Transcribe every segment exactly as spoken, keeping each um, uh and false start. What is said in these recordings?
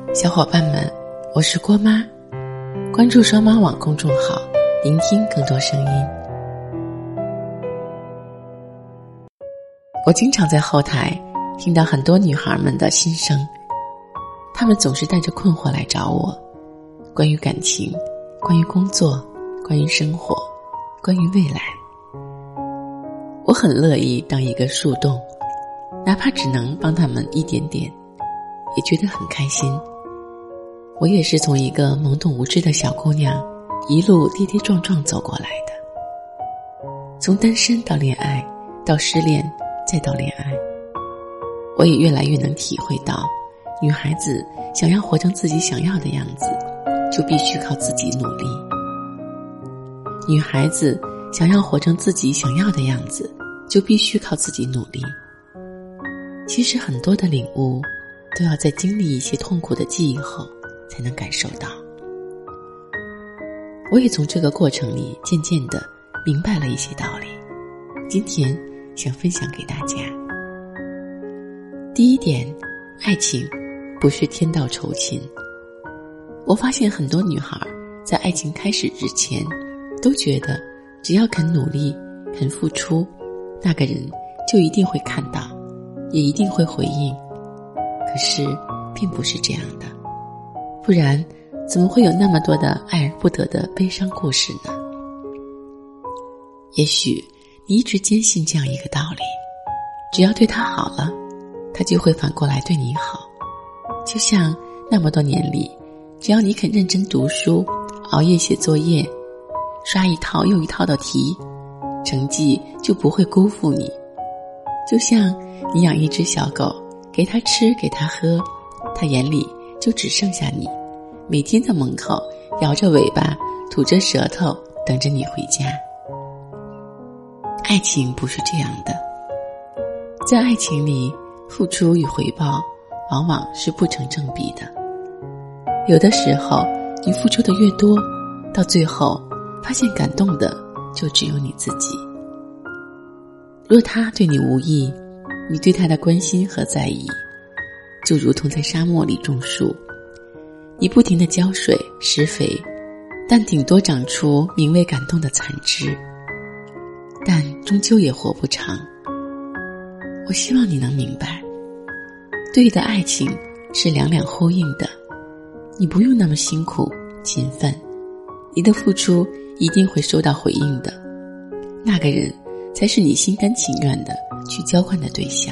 小伙伴们，我是郭妈，关注双妈网公众号，聆听更多声音。我经常在后台听到很多女孩们的心声，她们总是带着困惑来找我，关于感情，关于工作，关于生活，关于未来。我很乐意当一个树洞，哪怕只能帮她们一点点，也觉得很开心。我也是从一个懵懂无知的小姑娘一路跌跌撞撞走过来的，从单身到恋爱，到失恋，再到恋爱。我也越来越能体会到，女孩子想要活成自己想要的样子，就必须靠自己努力。女孩子想要活成自己想要的样子，就必须靠自己努力。其实很多的领悟都要在经历一些痛苦的记忆后才能感受到。我也从这个过程里渐渐地明白了一些道理，今天想分享给大家。第一点，爱情不是天道酬勤。我发现很多女孩在爱情开始之前都觉得只要肯努力，肯付出，那个人就一定会看到，也一定会回应。可是并不是这样的，不然怎么会有那么多的爱而不得的悲伤故事呢？也许你一直坚信这样一个道理，只要对他好了，他就会反过来对你好。就像那么多年里，只要你肯认真读书，熬夜写作业，刷一套又一套的题，成绩就不会辜负你。就像你养一只小狗，给它吃给它喝，它眼里就只剩下你，每天在门口摇着尾巴吐着舌头等着你回家。爱情不是这样的，在爱情里，付出与回报往往是不成正比的。有的时候你付出的越多，到最后发现感动的就只有你自己。若他对你无益，你对他的关心和在意就如同在沙漠里种树，你不停地浇水施肥，但顶多长出名为感动的残枝，但终究也活不长。我希望你能明白，对的爱情是两两呼应的，你不用那么辛苦勤奋，你的付出一定会收到回应的，那个人才是你心甘情愿的去交换的对象。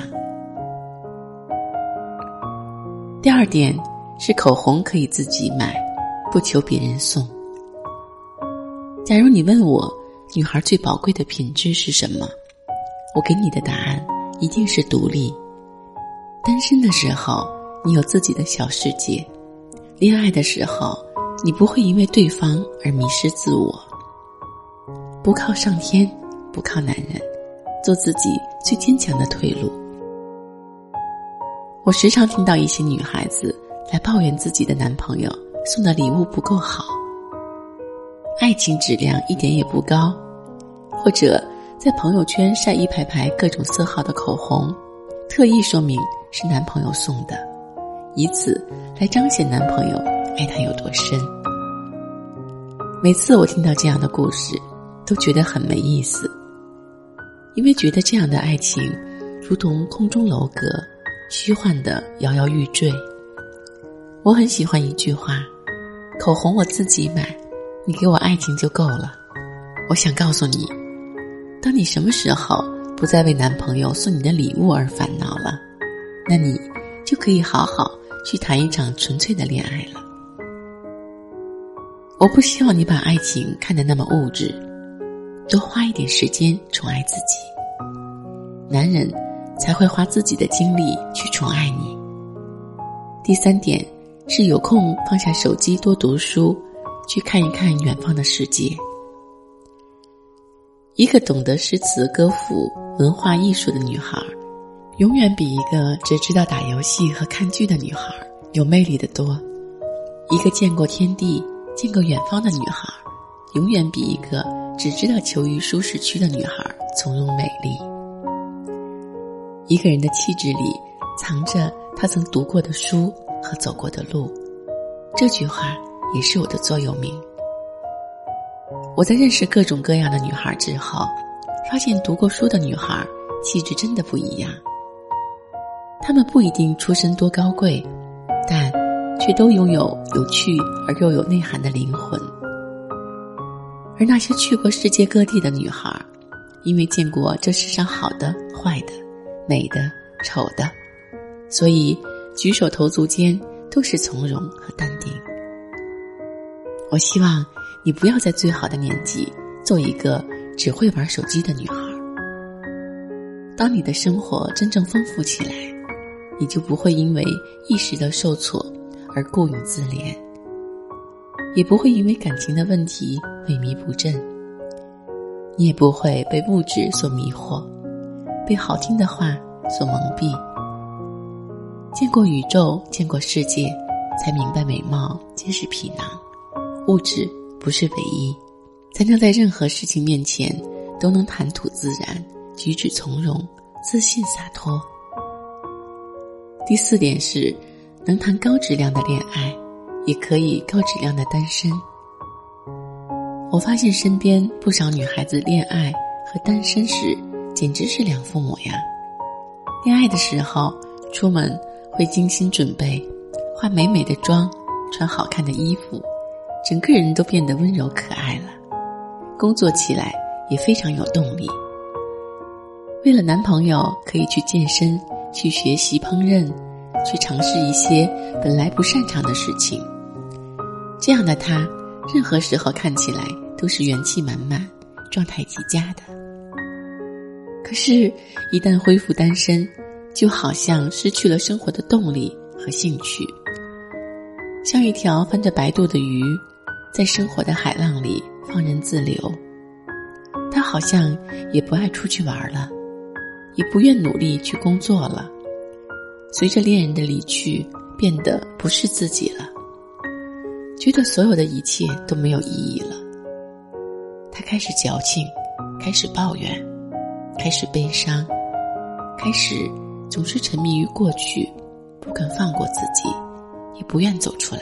第二点是口红可以自己买，不求别人送。假如你问我女孩最宝贵的品质是什么，我给你的答案一定是独立。单身的时候你有自己的小世界，恋爱的时候你不会因为对方而迷失自我。不靠上天，不靠男人，做自己最坚强的退路。我时常听到一些女孩子来抱怨自己的男朋友送的礼物不够好，爱情质量一点也不高，或者在朋友圈晒一排排各种色号的口红，特意说明是男朋友送的，以此来彰显男朋友爱她有多深。每次我听到这样的故事都觉得很没意思，因为觉得这样的爱情如同空中楼阁，虚幻的摇摇欲坠。我很喜欢一句话，口红我自己买，你给我爱情就够了。我想告诉你，当你什么时候不再为男朋友送你的礼物而烦恼了，那你就可以好好去谈一场纯粹的恋爱了。我不希望你把爱情看得那么物质，多花一点时间宠爱自己，男人才会花自己的精力去宠爱你。第三点是有空放下手机多读书，去看一看远方的世界。一个懂得诗词歌赋、文化艺术的女孩，永远比一个只知道打游戏和看剧的女孩有魅力得多。一个见过天地、见过远方的女孩，永远比一个只知道求于舒适区的女孩从容美丽。一个人的气质里藏着他曾读过的书和走过的路， 这句话也是我的座右铭。我在认识各种各样的女孩之后，发现读过书的女孩气质真的不一样。她们不一定出身多高贵，但却都拥有有趣而又有内涵的灵魂。而那些去过世界各地的女孩，因为见过这世上好的、坏的、美的、丑的，所以举手投足间都是从容和淡定。我希望你不要在最好的年纪做一个只会玩手机的女孩。当你的生活真正丰富起来，你就不会因为一时的受挫而顾影自怜，也不会因为感情的问题萎靡不振，你也不会被物质所迷惑，被好听的话所蒙蔽。见过宇宙，见过世界，才明白美貌皆是皮囊，物质不是唯一，才能在任何事情面前都能谈吐自然，举止从容，自信洒脱。第四点是，能谈高质量的恋爱，也可以高质量的单身。我发现身边不少女孩子恋爱和单身时简直是两副模样。恋爱的时候出门会精心准备，化美美的妆，穿好看的衣服，整个人都变得温柔可爱了。工作起来也非常有动力。为了男朋友可以去健身，去学习烹饪，去尝试一些本来不擅长的事情。这样的她任何时候看起来都是元气满满，状态极佳的。可是一旦恢复单身，就好像失去了生活的动力和兴趣，像一条翻着白肚的鱼，在生活的海浪里放任自流。她好像也不爱出去玩了，也不愿努力去工作了，随着恋人的离去变得不是自己了，觉得所有的一切都没有意义了。他开始矫情，开始抱怨，开始悲伤，开始总是沉迷于过去，不肯放过自己，也不愿走出来。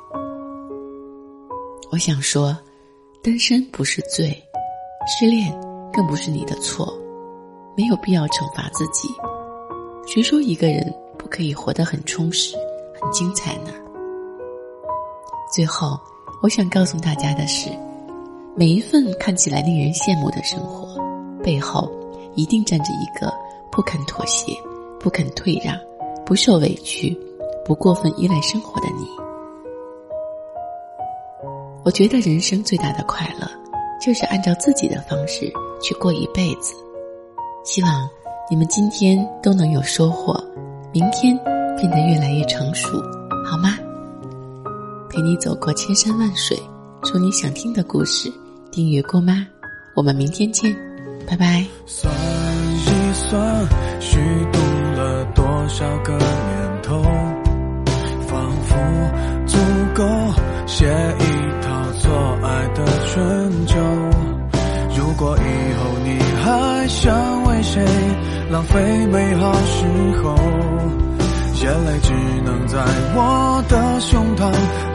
我想说，单身不是罪，失恋更不是你的错，没有必要惩罚自己。谁说一个人不可以活得很充实、很精彩呢？最后，我想告诉大家的是，每一份看起来令人羡慕的生活，背后一定站着一个不肯妥协、不肯退让、不受委屈、不过分依赖生活的你。我觉得人生最大的快乐，就是按照自己的方式去过一辈子。希望你们今天都能有收获，明天变得越来越成熟，好吗？陪你走过千山万水，说你想听的故事。订阅郭妈，我们明天见，拜拜。 算一算，虚度了多少个年头，仿佛足够写一套做爱的春秋。如果以后你还想为谁浪费美好时候，眼泪只能在我的胸膛